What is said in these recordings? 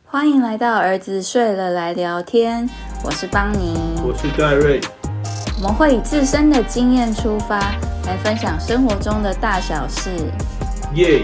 欢迎来到儿子睡了来聊天，我是邦尼， 我是戴瑞。 我们会以自身的经验出发，来分享生活中的大小事。 耶！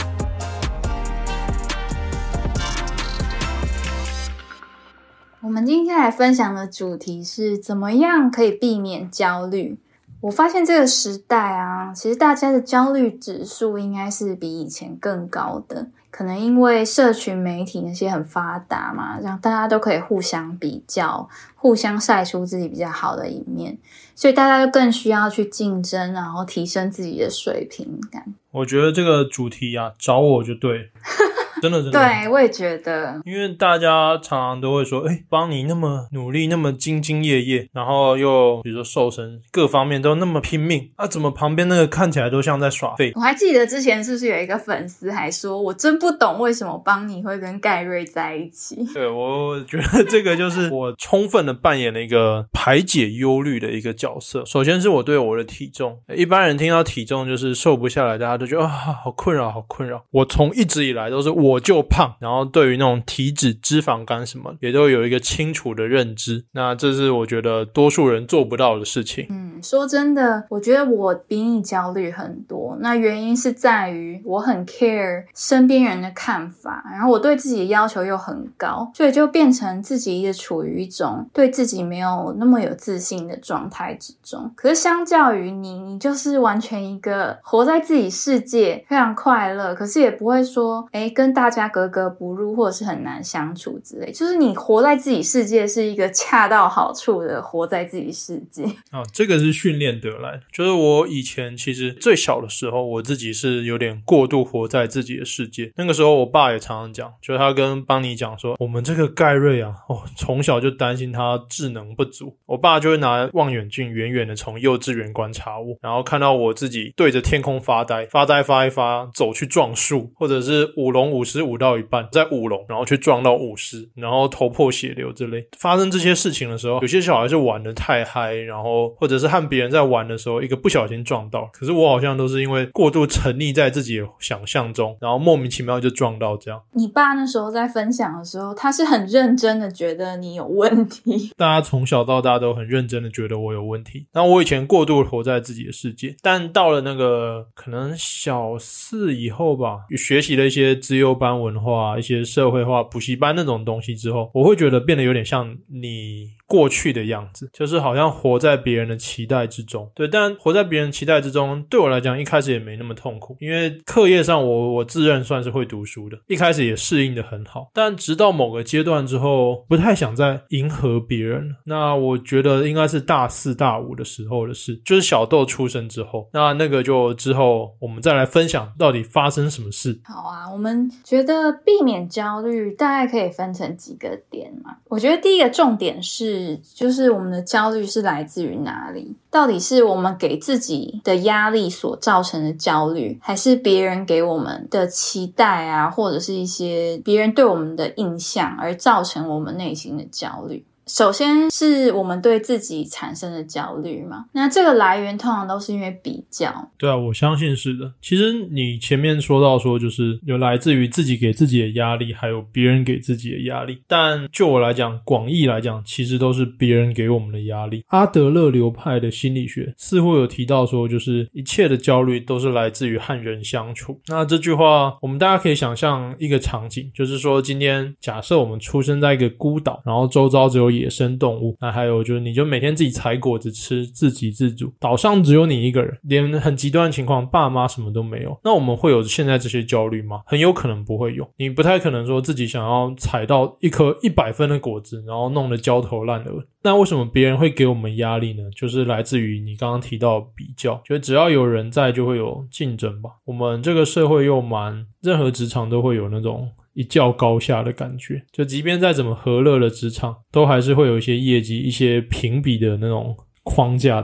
我们今天来分享的主题是怎么样可以避免焦虑。我发现这个时代啊，其实大家的焦虑指数应该是比以前更高的，可能因为社群媒体那些很发达嘛，让大家都可以互相比较，互相晒出自己比较好的一面，所以大家就更需要去竞争，然后提升自己的水平感。 我觉得这个主题啊，找我就对真的对，我也觉得， 因为大家常常都会说邦尼那么努力，那么兢兢业业，然后又比如说瘦身各方面都那么拼命啊，怎么旁边那个看起来都像在耍废。 我还记得之前是不是有一个粉丝还说，我真不懂为什么邦尼会跟盖瑞在一起。 对，我觉得这个就是我充分的扮演了一个排解忧虑的一个角色。首先是我对我的体重，一般人听到体重就是瘦不下来，大家都觉得好困扰好困扰。我从一直以来都是我就胖，然后对于那种体脂脂肪肝什么也都有一个清楚的认知，那这是我觉得多数人做不到的事情。 说真的，我觉得我比你焦虑很多，那原因是在于我很 care 身边人的看法，然后我对自己的要求又很高，所以就变成自己一直处于一种对自己没有那么有自信的状态之中。可是相较于你就是完全一个活在自己世界，非常快乐，可是也不会说跟大家格格不入或者是很难相处之类，就是你活在自己世界是一个恰到好处的活在自己世界。 这个是训练得来的，就是我以前其实最小的时候，我自己是有点过度活在自己的世界。那个时候我爸也常常讲，就是他跟邦尼讲说，我们这个盖瑞啊，从小就担心他智能不足。我爸就会拿望远镜远远的从幼稚园观察我，然后看到我自己对着天空发呆发一发，走去撞树，或者是舞龙舞狮舞到一半在舞龙，然后去撞到舞狮，然后头破血流之类。发生这些事情的时候，有些小孩是玩得太嗨，然后或者是和别人在玩的时候一个不小心撞到，可是我好像都是因为过度沉溺在自己的想象中，然后莫名其妙就撞到这样。 你爸那时候在分享的时候，他是很认真的觉得你有问题。 大家从小到大都很认真的觉得我有问题。那我以前过度活在自己的世界，但到了那个可能小4以后吧，学习了一些资优班文化，一些社会化补习班那种东西之后，我会觉得变得有点像你过去的样子，就是好像活在别人的期待之中。对，但活在别人期待之中对我来讲一开始也没那么痛苦，因为课业上我自认算是会读书的，一开始也适应得很好，但直到某个阶段之后不太想再迎合别人了。那我觉得应该是大4大5的时候的事，就是小豆出生之后，那个就之后我们再来分享到底发生什么事。 好啊，我们觉得避免焦虑大概可以分成几个点嘛。我觉得第一个重点是，就是我们的焦虑是来自于哪里？到底是我们给自己的压力所造成的焦虑，还是别人给我们的期待啊，或者是一些别人对我们的印象而造成我们内心的焦虑？首先是我们对自己产生的焦虑嘛，那这个来源通常都是因为比较。 对啊，我相信是的。其实你前面说到说就是有来自于自己给自己的压力，还有别人给自己的压力，但就我来讲，广义来讲其实都是别人给我们的压力。阿德勒流派的心理学似乎有提到说，就是一切的焦虑都是来自于和人相处。那这句话我们大家可以想象一个场景，就是说今天假设我们出生在一个孤岛，然后周遭只有野生动物，那还有就是你就每天自己采果子吃，自给自足，岛上只有你一个人，连很极端的情况爸妈什么都没有，那我们会有现在这些焦虑吗？很有可能不会有。你不太可能说自己想要采到一颗100分的果子，然后弄得焦头烂额。那为什么别人会给我们压力呢？就是来自于你刚刚提到的比较，就只要有人在就会有竞争吧。我们这个社会又任何职场都会有那种一较高下的感觉，就即便再怎么和乐的职场，都还是会有一些业绩，一些评比的那种框架在。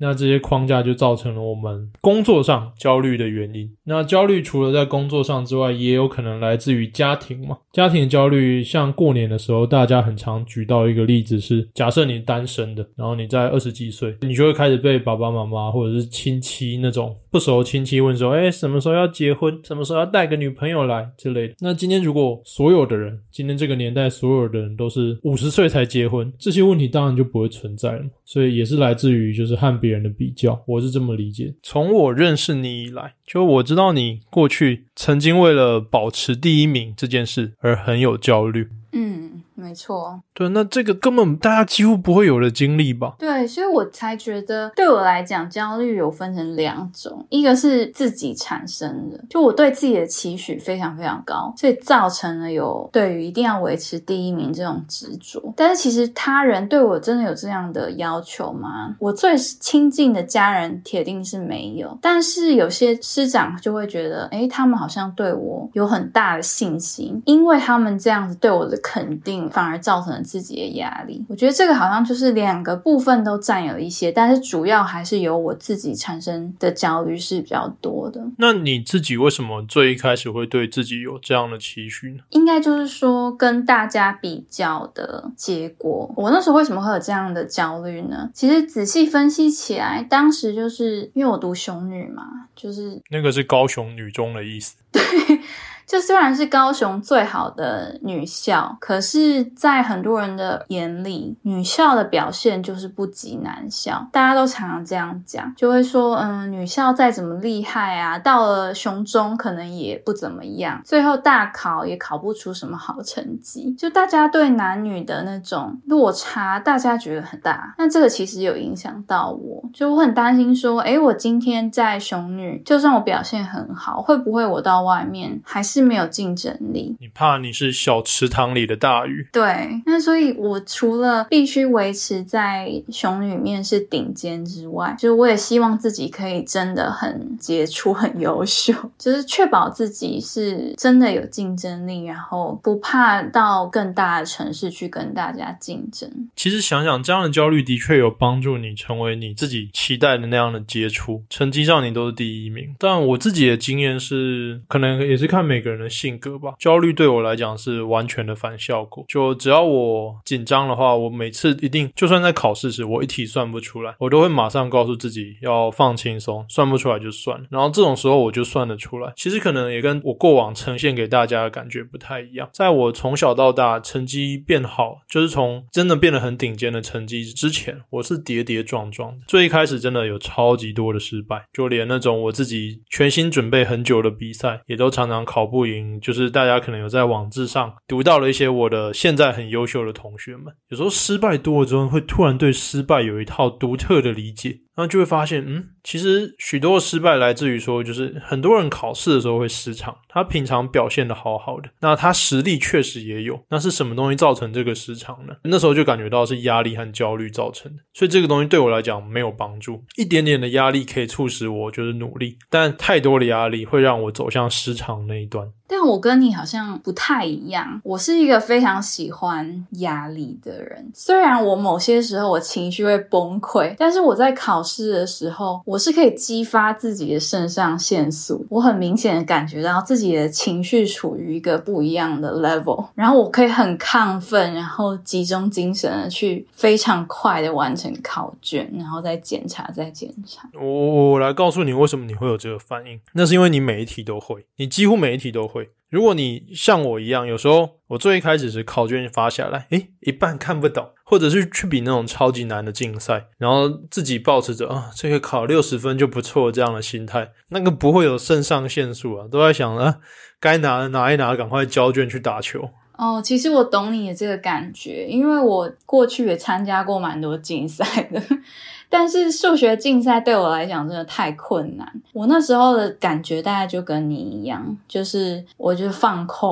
那这些框架就造成了我们工作上焦虑的原因。那焦虑除了在工作上之外，也有可能来自于家庭嘛。家庭的焦虑，像过年的时候大家很常举到一个例子是，假设你单身的，然后你在20几岁，你就会开始被爸爸妈妈或者是亲戚那种不熟亲戚问说，什么时候要结婚，什么时候要带个女朋友来之类的。那今天如果所有的人，今天这个年代所有的人都是50岁才结婚，这些问题当然就不会存在了嘛。所以也是来自于就是和别人的比较，我是这么理解。从我认识你以来，就我知道你过去曾经为了保持第一名这件事而很有焦虑。 没错。 对，那这个根本大家几乎不会有的经历吧？ 对，所以我才觉得对我来讲焦虑有分成2种，一个是自己产生的，就我对自己的期许非常非常高，所以造成了有对于一定要维持第一名这种执着。但是其实他人对我真的有这样的要求吗？我最亲近的家人铁定是没有，但是有些师长就会觉得他们好像对我有很大的信心，因为他们这样子对我的肯定反而造成了自己的压力。我觉得这个好像就是2个部分都占有一些，但是主要还是由我自己产生的焦虑是比较多的。 那你自己为什么最一开始会对自己有这样的期许呢？ 应该就是说跟大家比较的结果。我那时候为什么会有这样的焦虑呢？其实仔细分析起来，当时就是因为我读雄女嘛，就是那个是高雄女中的意思。 对，就虽然是高雄最好的女校，可是在很多人的眼里，女校的表现就是不及男校。大家都常常这样讲，就会说女校再怎么厉害啊，到了雄中可能也不怎么样，最后大考也考不出什么好成绩。就大家对男女的那种落差，大家觉得很大。那这个其实有影响到我，就我很担心说我今天在雄女，就算我表现很好，会不会我到外面还是没有竞争力？ 你怕你是小池塘里的大鱼。 对，那所以我除了必须维持在雄女面是顶尖之外，就是我也希望自己可以真的很杰出很优秀，就是确保自己是真的有竞争力，然后不怕到更大的城市去跟大家竞争。 其实想想这样的焦虑的确有帮助你成为你自己期待的那样的杰出，成绩上你都是第一名。但我自己的经验是可能也是看每个人的性格吧，焦虑对我来讲是完全的反效果。就只要我紧张的话，我每次一定就算在考试时我一题算不出来，我都会马上告诉自己要放轻松，算不出来就算了，然后这种时候我就算得出来。其实可能也跟我过往呈现给大家的感觉不太一样，在我从小到大成绩变好，就是从真的变得很顶尖的成绩之前，我是跌跌撞撞的。最一开始真的有超级多的失败，就连那种我自己全心准备很久的比赛也都常常考不赢，就是大家可能有在网志上读到了一些我的现在很优秀的同学们，有时候失败多了之后会突然对失败有一套独特的理解，然后就会发现其实许多的失败来自于说，就是很多人考试的时候会失常，他平常表现得好好的，那他实力确实也有，那是什么东西造成这个失常呢？那时候就感觉到是压力和焦虑造成的，所以这个东西对我来讲没有帮助。一点点的压力可以促使我就是努力，但太多的压力会让我走向失常那一端。 但我跟你好像不太一样，我是一个非常喜欢压力的人。虽然我某些时候我情绪会崩溃，但是我在考试的时候，我是可以激发自己的肾上腺素，我很明显的感觉到自己的情绪处于一个不一样的 level， 然后我可以很亢奋，然后集中精神的去非常快的完成考卷，然后再检查。 我来告诉你为什么你会有这个反应，那是因为你每一题都会，你几乎每一题都会。如果你像我一样，有时候我最一开始是考卷发下来一半看不懂，或者是去比那种超级难的竞赛，然后自己抱持着这个考60分就不错这样的心态，那个不会有肾上腺素都在想该拿的拿一拿，赶快交卷去打球。 其实我懂你的这个感觉，因为我过去也参加过蛮多竞赛的但是数学竞赛对我来讲真的太困难，我那时候的感觉大概就跟你一样，就是我就放空，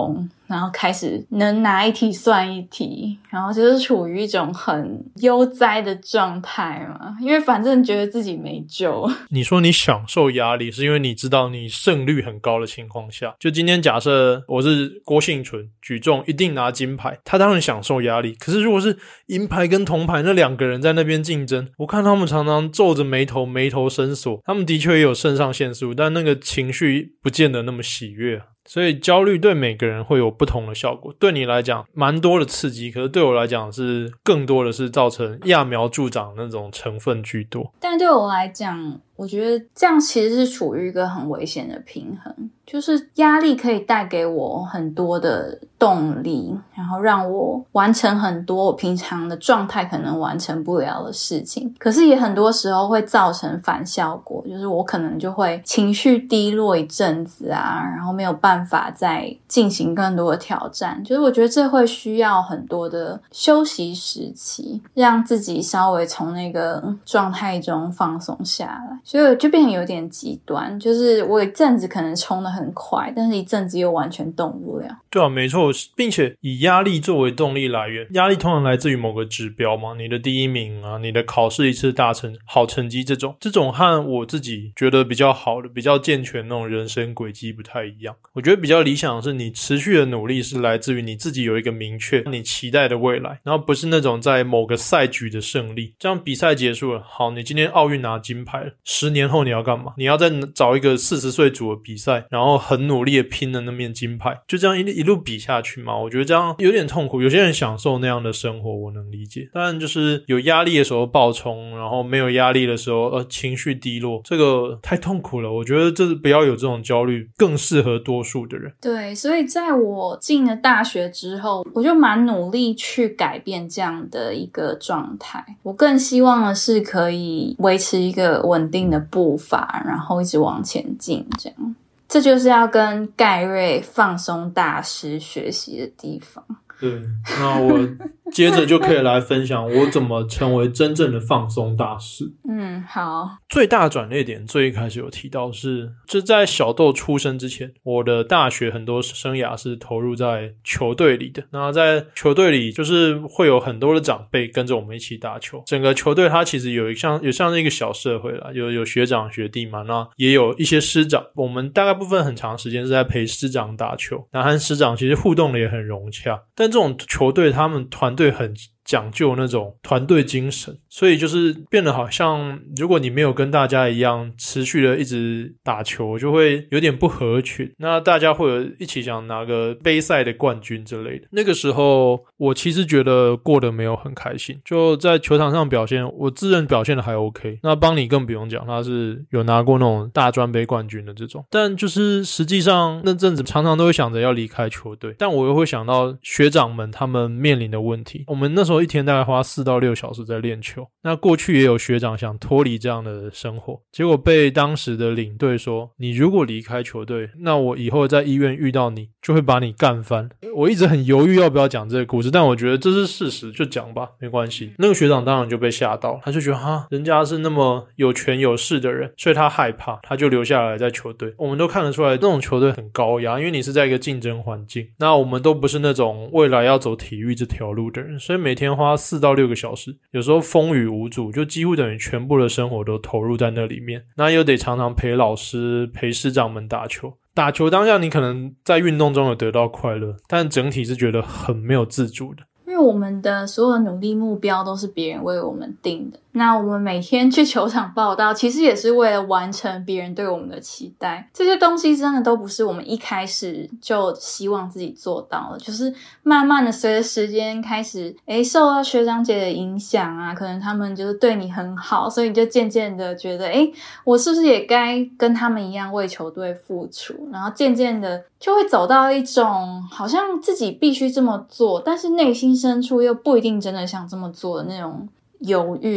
然后开始能拿一题算一题，然后就是处于一种很悠哉的状态嘛，因为反正觉得自己没救。 你说你享受压力是因为你知道你胜率很高的情况下，就今天假设我是郭幸存，举重一定拿金牌，他当然享受压力。可是如果是银牌跟铜牌那2个人在那边竞争，我看他们常常皱着眉头深锁，他们的确也有肾上腺素，但那个情绪不见得那么喜悦啊。所以焦虑对每个人会有不同的效果，对你来讲蛮多的刺激，可是对我来讲是更多的是造成揠苗助长那种成分居多。 但对我来讲，我觉得这样其实是处于一个很危险的平衡，就是压力可以带给我很多的动力，然后让我完成很多我平常的状态可能完成不了的事情，可是也很多时候会造成反效果，就是我可能就会情绪低落一阵子啊，然后没有办法再进行更多的挑战，就是我觉得这会需要很多的休息时期，让自己稍微从那个状态中放松下来，所以就变得有点极端，就是我一阵子可能冲得很快，但是一阵子又完全动不了。 对啊，没错，并且以压力作为动力来源，压力通常来自于某个指标嘛，你的第一名啊，你的考试一次达成好成绩，这种和我自己觉得比较好的比较健全那种人生轨迹不太一样。我觉得比较理想的是你持续的努力是来自于你自己有一个明确你期待的未来，然后不是那种在某个赛局的胜利。这样比赛结束了，好，你今天奥运拿金牌了，10年后你要干嘛？你要再找一个40岁组的比赛，然后很努力的拼的那面金牌，就这样一路比下去嘛。我觉得这样有点痛苦，有些人享受那样的生活我能理解，但就是有压力的时候爆冲，然后没有压力的时候情绪低落，这个太痛苦了。我觉得这不要有这种焦虑，更适合多数的人。 对，所以在我进了大学之后，我就蛮努力去改变这样的一个状态。我更希望的是可以维持一个稳定的步伐，然后一直往前进，这样。这就是要跟盖瑞放松大师学习的地方。 对，那我接着就可以来分享我怎么成为真正的放松大师。 好。 最大的转捩点最一开始有提到是，就在小豆出生之前，我的大学很多生涯是投入在球队里的。那在球队里就是会有很多的长辈跟着我们一起打球，整个球队它其实有像是一个小社会啦，有学长学弟嘛，那也有一些师长，我们大概部分很长时间是在陪师长打球，那和师长其实互动的也很融洽，但这种球队他们团队很讲究那种团队精神，所以就是变得好像如果你没有跟大家一样持续的一直打球，就会有点不合群，那大家会有一起想拿个杯赛的冠军之类的。那个时候我其实觉得过得没有很开心，就在球场上表现我自认表现的还 OK， 那邦尼更不用讲，他是有拿过那种大专杯冠军的这种，但就是实际上那阵子常常都会想着要离开球队，但我又会想到学长们他们面临的问题。我们那时候一天大概花4到6小时在练球，那过去也有学长想脱离这样的生活，结果被当时的领队说，你如果离开球队，那我以后在医院遇到你就会把你干翻。我一直很犹豫要不要讲这个故事，但我觉得这是事实，就讲吧，没关系。那个学长当然就被吓到，他就觉得人家是那么有权有势的人，所以他害怕，他就留下来在球队。我们都看得出来那种球队很高压，因为你是在一个竞争环境，那我们都不是那种未来要走体育这条路的人，所以每天花4到6个小时，有时候风雨无阻，就几乎等于全部的生活都投入在那里面，那又得常常陪老师陪师长们打球。打球当下你可能在运动中有得到快乐，但整体是觉得很没有自主的， 因为我们的所有的努力目标都是别人为我们定的，那我们每天去球场报到，其实也是为了完成别人对我们的期待。这些东西真的都不是我们一开始就希望自己做到的，就是慢慢的随着时间开始受到学长姐的影响啊，可能他们就是对你很好，所以你就渐渐的觉得我是不是也该跟他们一样为球队付出，然后渐渐的就会走到一种好像自己必须这么做，但是内心深处又不一定真的想这么做的那种犹豫的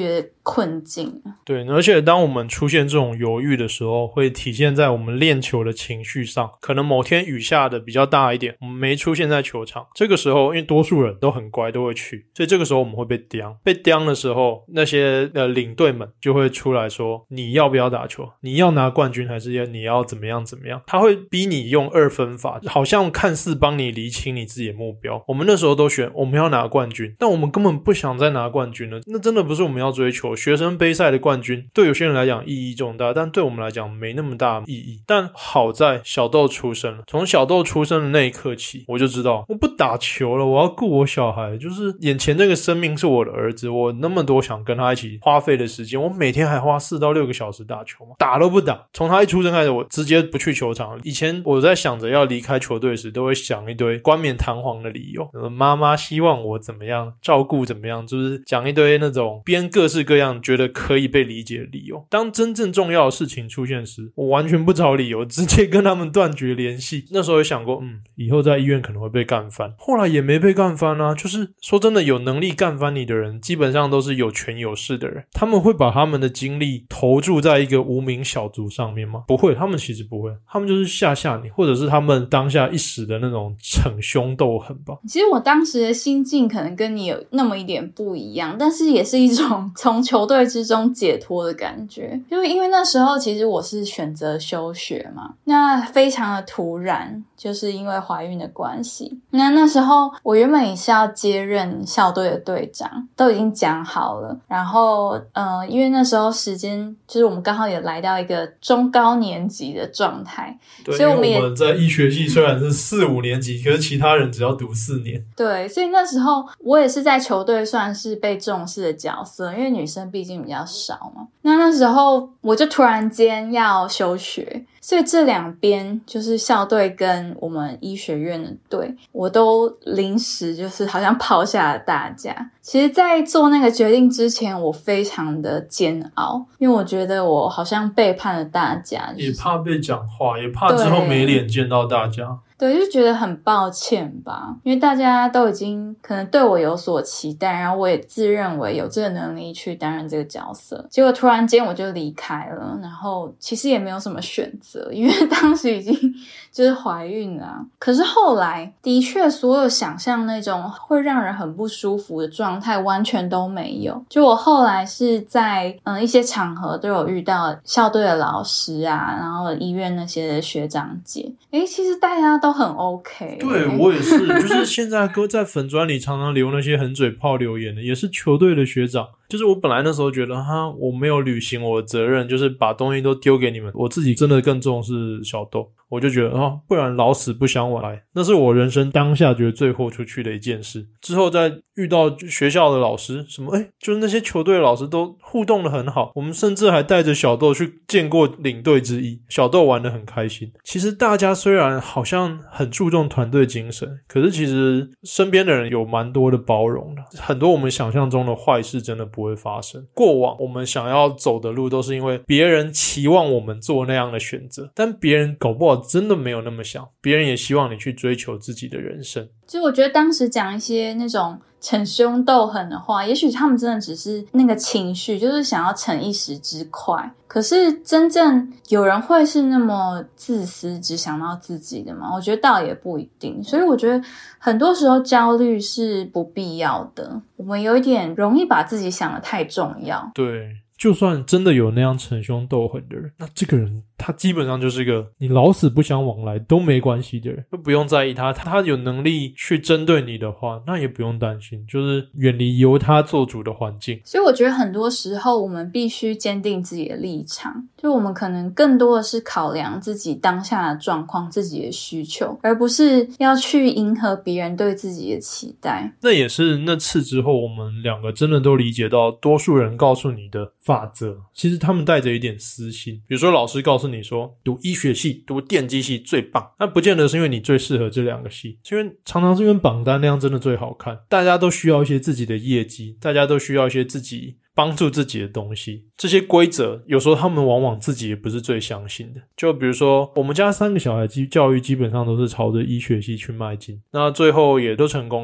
困境。 对，而且当我们出现这种犹豫的时候，会体现在我们练球的情绪上。可能某天雨下的比较大一点，我们没出现在球场，这个时候因为多数人都很乖，都会去，所以这个时候我们会被刁。被刁的时候，那些领队们就会出来说，你要不要打球？你要拿冠军还是你要怎么样怎么样？他会逼你用二分法，好像看似帮你厘清你自己的目标。我们那时候都选我们要拿冠军，但我们根本不想再拿冠军了，那真的不是我们要追求。学生杯赛的冠军对有些人来讲意义重大，但对我们来讲没那么大意义。但好在小豆出生了，从小豆出生的那一刻起，我就知道我不打球了，我要顾我小孩，就是眼前这个生命是我的儿子，我那么多想跟他一起花费的时间，我每天还花4到6个小时打球吗？打都不打。从他一出生开始，我直接不去球场了。以前我在想着要离开球队时，都会想一堆冠冕堂皇的理由，妈妈希望我怎么样，照顾怎么样，就是讲一堆那种编各式各样觉得可以被理解的理由。当真正重要的事情出现时，我完全不找理由，直接跟他们断绝联系。那时候有想过以后在医院可能会被干翻，后来也没被干翻啊。就是说真的，有能力干翻你的人基本上都是有权有势的人，他们会把他们的精力投注在一个无名小卒上面吗？不会，他们其实不会，他们就是吓你，或者是他们当下一时的那种逞凶斗狠吧。 其实我当时的心境可能跟你有那么一点不一样，但是也是一种从球队之中解脱的感觉。就是因为那时候其实我是选择休学嘛，那非常的突然，就是因为怀孕的关系。那时候我原本也是要接任校队的队长，都已经讲好了。然后因为那时候时间就是我们刚好也来到一个中高年级的状态， 对， 所以我们在医学系虽然是4、5年级，可是其他人只要读4年。 对，所以那时候我也是在球队算是被重视的角色，因为女生毕竟比较少嘛。那时候我就突然间要休学，所以这两边就是校队跟我们医学院的队，我都临时就是好像抛下了大家。其实在做那个决定之前，我非常的煎熬，因为我觉得我好像背叛了大家， 也怕被讲话，也怕之后没脸见到大家。 对，就觉得很抱歉吧，因为大家都已经可能对我有所期待，然后我也自认为有这个能力去担任这个角色，结果突然间我就离开了，然后其实也没有什么选择，因为当时已经就是怀孕了啊。可是后来的确所有想象那种会让人很不舒服的状态完全都没有。就我后来是在一些场合都有遇到校队的老师啊，然后医院那些的学长姐，其实大家都很 OK。 对，我也是，就是现在哥在粉专里常常留那些很嘴炮留言的，也是球队的学长。就是我本来那时候觉得我没有履行我的责任，就是把东西都丢给你们，我自己真的更重视小豆，我就觉得不然老死不相往来，那是我人生当下觉得最豁出去的一件事。之后再遇到学校的老师什么就是那些球队的老师都互动得很好，我们甚至还带着小豆去见过领队之一，小豆玩得很开心。其实大家虽然好像很注重团队精神，可是其实身边的人有蛮多的包容的，很多我们想象中的坏事真的不会发生。过往我们想要走的路都是因为别人期望我们做那样的选择，但别人搞不好真的没有那么想，别人也希望你去追求自己的人生。 就我觉得当时讲一些那种逞凶斗狠的话，也许他们真的只是那个情绪，就是想要逞一时之快。可是真正有人会是那么自私，只想到自己的吗？我觉得倒也不一定。所以我觉得很多时候焦虑是不必要的，我们有一点容易把自己想得太重要。 对，就算真的有那样逞凶斗狠的人，那这个人他基本上就是个你老死不相往来都没关系的人，就不用在意他。他有能力去针对你的话，那也不用担心，就是远离由他做主的环境。 所以我觉得很多时候我们必须坚定自己的立场，就我们可能更多的是考量自己当下的状况，自己的需求，而不是要去迎合别人对自己的期待。 那也是那次之后我们两个真的都理解到多数人告诉你的法则，其实他们带着一点私心。比如说老师告诉你说读医学系读电机系最棒，那不见得是因为你最适合这两个系，是因为常常是因为榜单那样真的最好看，大家都需要一些自己的业绩，大家都需要一些自己帮助自己的东西，这些规则有时候他们往往自己也不是最相信的。就比如说我们家3个小孩教育基本上都是朝着医学系去迈进，那最后也都成功了嘛。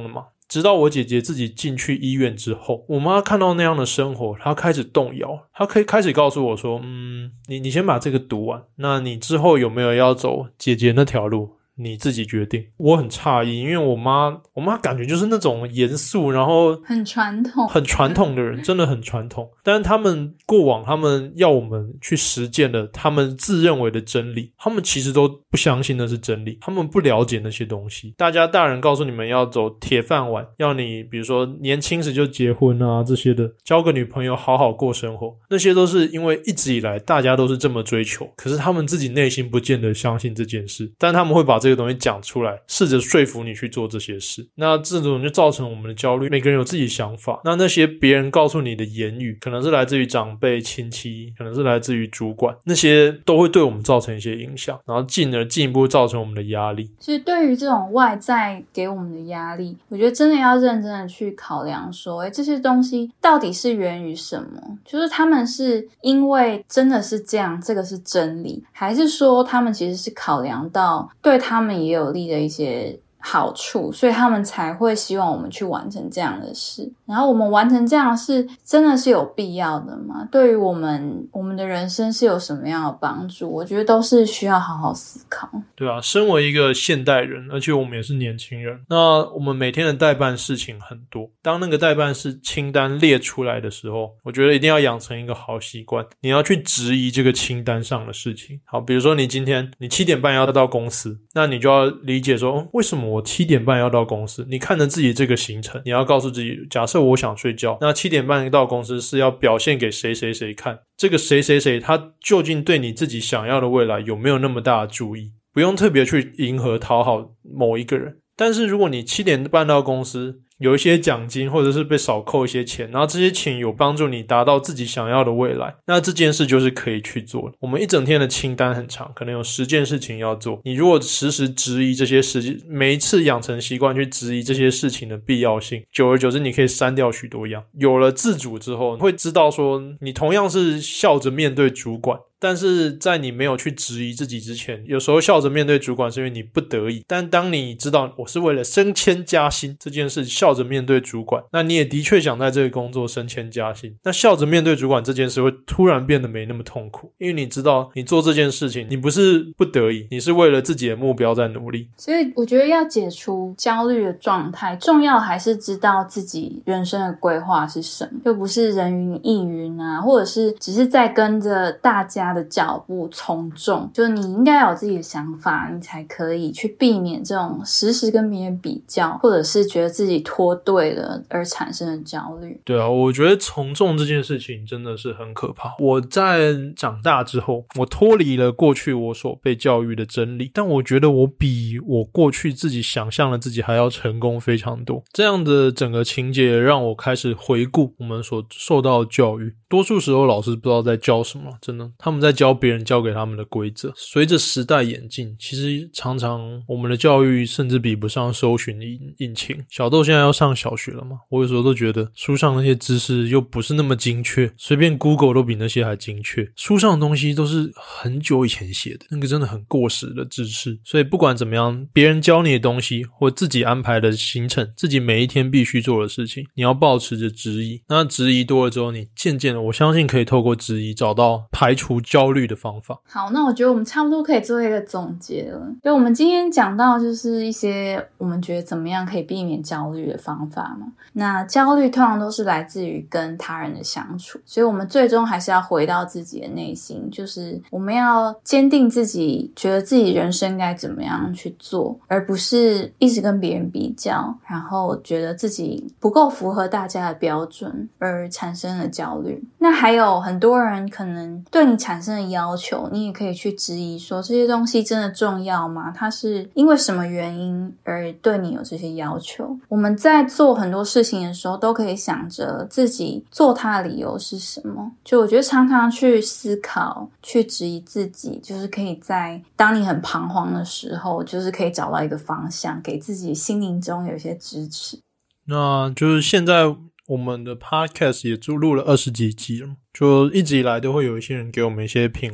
直到我姐姐自己进去医院之后，我妈看到那样的生活，她开始动摇，她可以开始告诉我说你先把这个读完，那你之后有没有要走姐姐那条路你自己决定。我很诧异，因为我妈感觉就是那种严肃然后很传统的人，真的很传统。但是他们过往他们要我们去实践的他们自认为的真理，他们其实都不相信那是真理，他们不了解那些东西。大人告诉你们要走铁饭碗，要你比如说年轻时就结婚啊这些的，交个女朋友好好过生活，那些都是因为一直以来大家都是这么追求，可是他们自己内心不见得相信这件事，但他们会把这个东西讲出来，试着说服你去做这些事。那这种就造成我们的焦虑，每个人有自己想法，那些别人告诉你的言语可能是来自于长辈亲戚，可能是来自于主管，那些都会对我们造成一些影响，然后进而进一步造成我们的压力。 所以对于这种外在给我们的压力，我觉得真的要认真的去考量说这些东西到底是源于什么，就是他们是因为真的是这样，这个是真理，还是说他们其实是考量到对他们也有利的一些好处，所以他们才会希望我们去完成这样的事。然后我们完成这样的事真的是有必要的吗？对于我们的人生是有什么样的帮助？我觉得都是需要好好思考。 对啊，身为一个现代人，而且我们也是年轻人，那我们每天的待办事情很多，当那个待办事清单列出来的时候，我觉得一定要养成一个好习惯，你要去质疑这个清单上的事情。好，比如说你今天你7点半要到公司，那你就要理解说为什么我7点半要到公司，你看着自己这个行程，你要告诉自己，假设我想睡觉，那7点半到公司是要表现给谁谁谁看，这个谁谁谁他究竟对你自己想要的未来有没有那么大的注意，不用特别去迎合讨好某一个人。但是如果你7点半到公司，有一些奖金或者是被少扣一些钱，然后这些钱有帮助你达到自己想要的未来，那这件事就是可以去做的。我们一整天的清单很长，可能有10件事情要做，你如果时时质疑这些事，每一次养成习惯去质疑这些事情的必要性，久而久之你可以删掉许多样。有了自主之后，会知道说你同样是笑着面对主管，但是在你没有去质疑自己之前，有时候笑着面对主管是因为你不得已，但当你知道我是为了升迁加薪这件事笑着面对主管，那你也的确想在这个工作升迁加薪，那笑着面对主管这件事会突然变得没那么痛苦，因为你知道你做这件事情你不是不得已，你是为了自己的目标在努力。 所以我觉得要解除焦虑的状态，重要还是知道自己人生的规划是什么，就不是人云亦云啊，或者是只是在跟着大家的脚步从众，就你应该有自己的想法，你才可以去避免这种时时跟别人比较，或者是觉得自己脱队了而产生的焦虑。 对啊，我觉得从众这件事情真的是很可怕。我在长大之后，我脱离了过去我所被教育的真理，但我觉得我比我过去自己想象的自己还要成功非常多。这样的整个情节让我开始回顾我们所受到的教育，多数时候老师不知道在教什么，真的他们在教别人教给他们的规则。随着时代演进，其实常常我们的教育甚至比不上搜寻引擎。小豆现在要上小学了嘛，我有时候都觉得书上那些知识又不是那么精确，随便 Google 都比那些还精确。书上的东西都是很久以前写的，那个真的很过时的知识。所以不管怎么样，别人教你的东西或自己安排的行程，自己每一天必须做的事情，你要抱持着质疑。那质疑多了之后，你渐渐的，我相信可以透过质疑找到排除焦虑的方法。 好，那我觉得我们差不多可以做一个总结了。就我们今天讲到就是一些我们觉得怎么样可以避免焦虑的方法嘛。那焦虑通常都是来自于跟他人的相处，所以我们最终还是要回到自己的内心，就是我们要坚定自己觉得自己人生该怎么样去做，而不是一直跟别人比较，然后觉得自己不够符合大家的标准而产生了焦虑。那还有很多人可能对你产生的要求，你也可以去质疑说这些东西真的重要吗？它是因为什么原因而对你有这些要求？我们在做很多事情的时候都可以想着自己做它的理由是什么，就我觉得常常去思考去质疑自己，就是可以在当你很彷徨的时候，就是可以找到一个方向，给自己心灵中有一些支持。 那就是现在我们的 podcast 也录了20几集了，就一直以来都会有一些人给我们一些评论，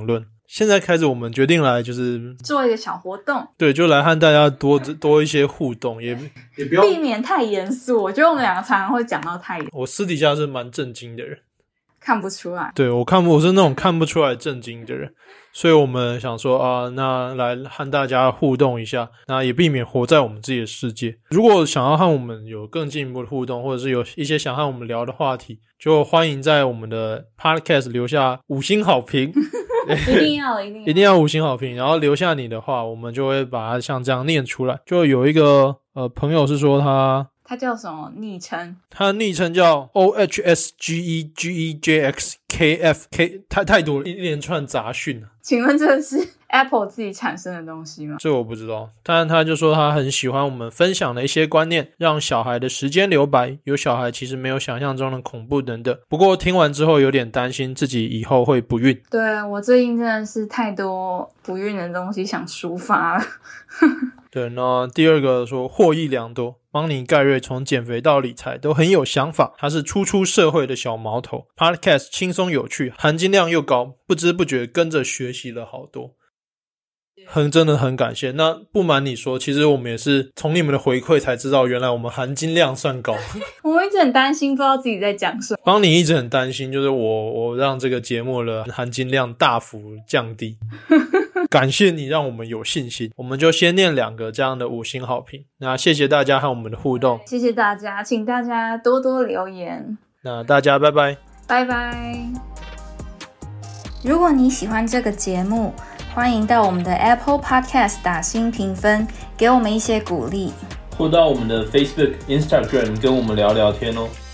现在开始我们决定来就是做一个小活动， 对，就来和大家多一些互动，也不要避免太严肃。我觉得我们两个常常会讲到太严肃， 我私底下是蛮正经的人， 看不出来。 对，我是那种看不出来正经的人，所以我们想说啊，那来和大家互动一下，那也避免活在我们自己的世界。如果想要和我们有更进一步的互动，或者是有一些想和我们聊的话题，就欢迎在我们的 podcast 留下5星好评。 一定要 5星好评，然后留下你的话，我们就会把它像这样念出来。就有一个朋友是说他叫什么昵称？ 他的昵称叫 OHSGEGEJXKFK， 太多了，一连串杂讯了。 请问这是 Apple 自己产生的东西吗？ 这我不知道，但他就说他很喜欢我们分享的一些观念，让小孩的时间留白，有小孩其实没有想象中的恐怖等等。不过听完之后有点担心自己以后会不孕。 对，我最近真的是太多不孕的东西想抒发了。 对，那第二个说获益良多，邦尼盖瑞从减肥到理财都很有想法，他是初出社会的小毛头， Podcast 轻松有趣，含金量又高，不知不觉跟着学习了好多，真的很感谢。那不瞒你说，其实我们也是从你们的回馈才知道原来我们含金量算高。 我们一直很担心不知道自己在讲什么， 邦尼一直很担心，就是我让这个节目的含金量大幅降低。感谢你让我们有信心，我们就先念2个这样的5星好评。那谢谢大家和我们的互动， 谢谢大家，请大家多多留言。 那大家拜拜， 拜拜。如果你喜欢这个节目，欢迎到我们的 Apple Podcast 打星评分，给我们一些鼓励， 或到我们的 Facebook、Instagram 跟我们聊聊天哦。